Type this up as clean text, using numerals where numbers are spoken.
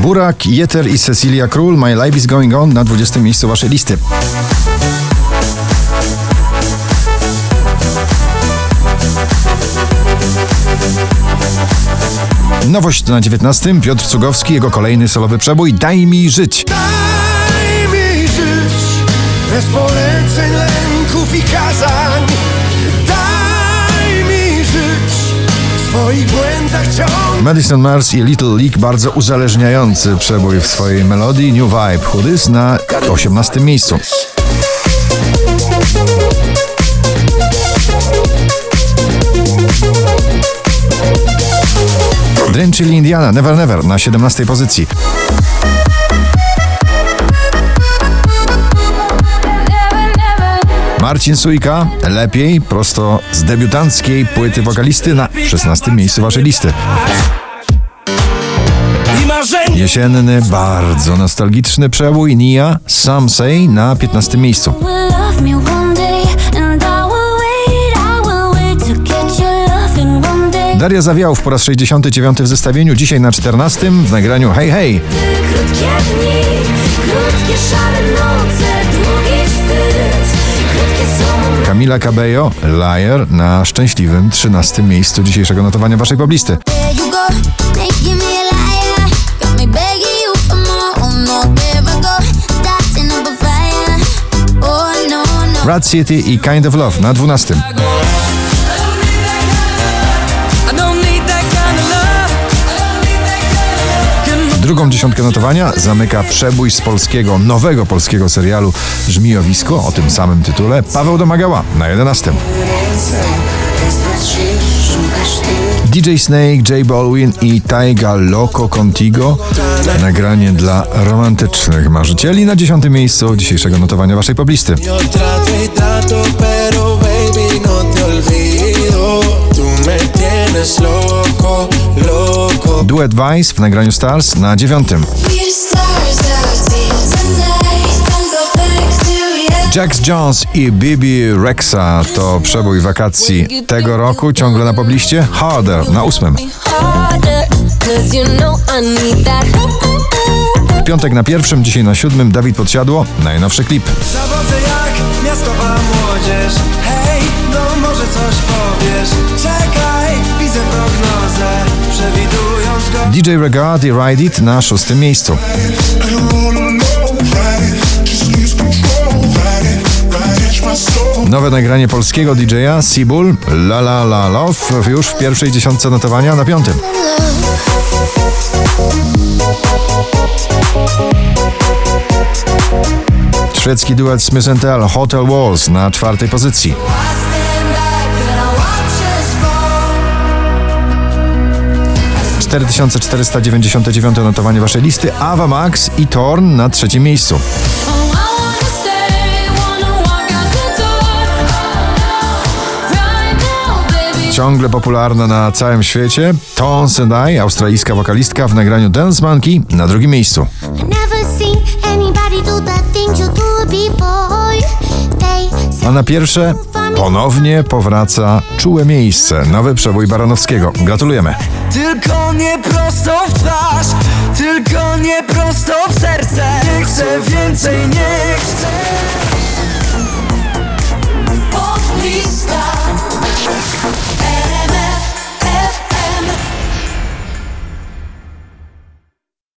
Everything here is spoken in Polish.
Burak, Jeter i Cecilia Król, My Life is Going On na 20. miejscu waszej listy. Nowość na 19. Piotr Cugowski, jego kolejny solowy przebój Daj mi żyć. Daj mi żyć, bez poleceń, lęków i kazań. Daj mi żyć, w swoich błędach ciągle. Madison Mars i Little League, bardzo uzależniający przebój w swojej melodii. New Vibe, Who This na 18. miejscu. Dream, czyli Indiana, Never Never na 17. pozycji. Marcin Sujka, Lepiej, prosto z debiutanckiej płyty wokalisty na 16. miejscu waszej listy. Jesienny, bardzo nostalgiczny przebój Nia, Some Say na 15. miejscu. Daria Zawiałów po raz 69 w zestawieniu, dzisiaj na 14. w nagraniu Hej Hej. Krótkie dni, krótkie szare noce, długi wstyd, krótkie są. Camila Cabello, Liar na szczęśliwym 13. miejscu dzisiejszego notowania waszej poblisty. Rad City i Kind of Love na 12. Drugą dziesiątkę notowania zamyka przebój z nowego polskiego serialu Żmijowisko o tym samym tytule Paweł Domagała na 11. DJ Snake, J Balwin i Taiga Loco Contigo, nagranie dla romantycznych marzycieli na 10. miejscu dzisiejszego notowania waszej poblisty. Duet Vice w nagraniu Stars na 9. Jax Jones i Bibi Rexa to przebój wakacji tego roku, ciągle na pobliście. Harder na 8. W piątek na 1, dzisiaj na 7 Dawid Podsiadło, najnowszy klip. Zawodzę jak miastowa młodzież. Hej, no może coś powiesz. Czekaj, widzę prognozę, przewidując go. DJ Regard i Ride It na 6. miejscu. Nowe nagranie polskiego DJ-a Sibul, La La La Love, już w pierwszej dziesiątce notowania na 5. Szwedzki duet Smith & Tell, Hotel Walls na 4. pozycji. - 4499 notowanie waszej listy. Ava Max i Torn na 3. miejscu. Ciągle popularna na całym świecie Tones and I, australijska wokalistka w nagraniu Dance Monkey na 2. miejscu. A na pierwsze ponownie powraca Czułe miejsce, nowy przebój Baranowskiego. Gratulujemy. Tylko nie prosto w twarz, tylko nie prosto w serce. Nie chcę więcej, nie chcę.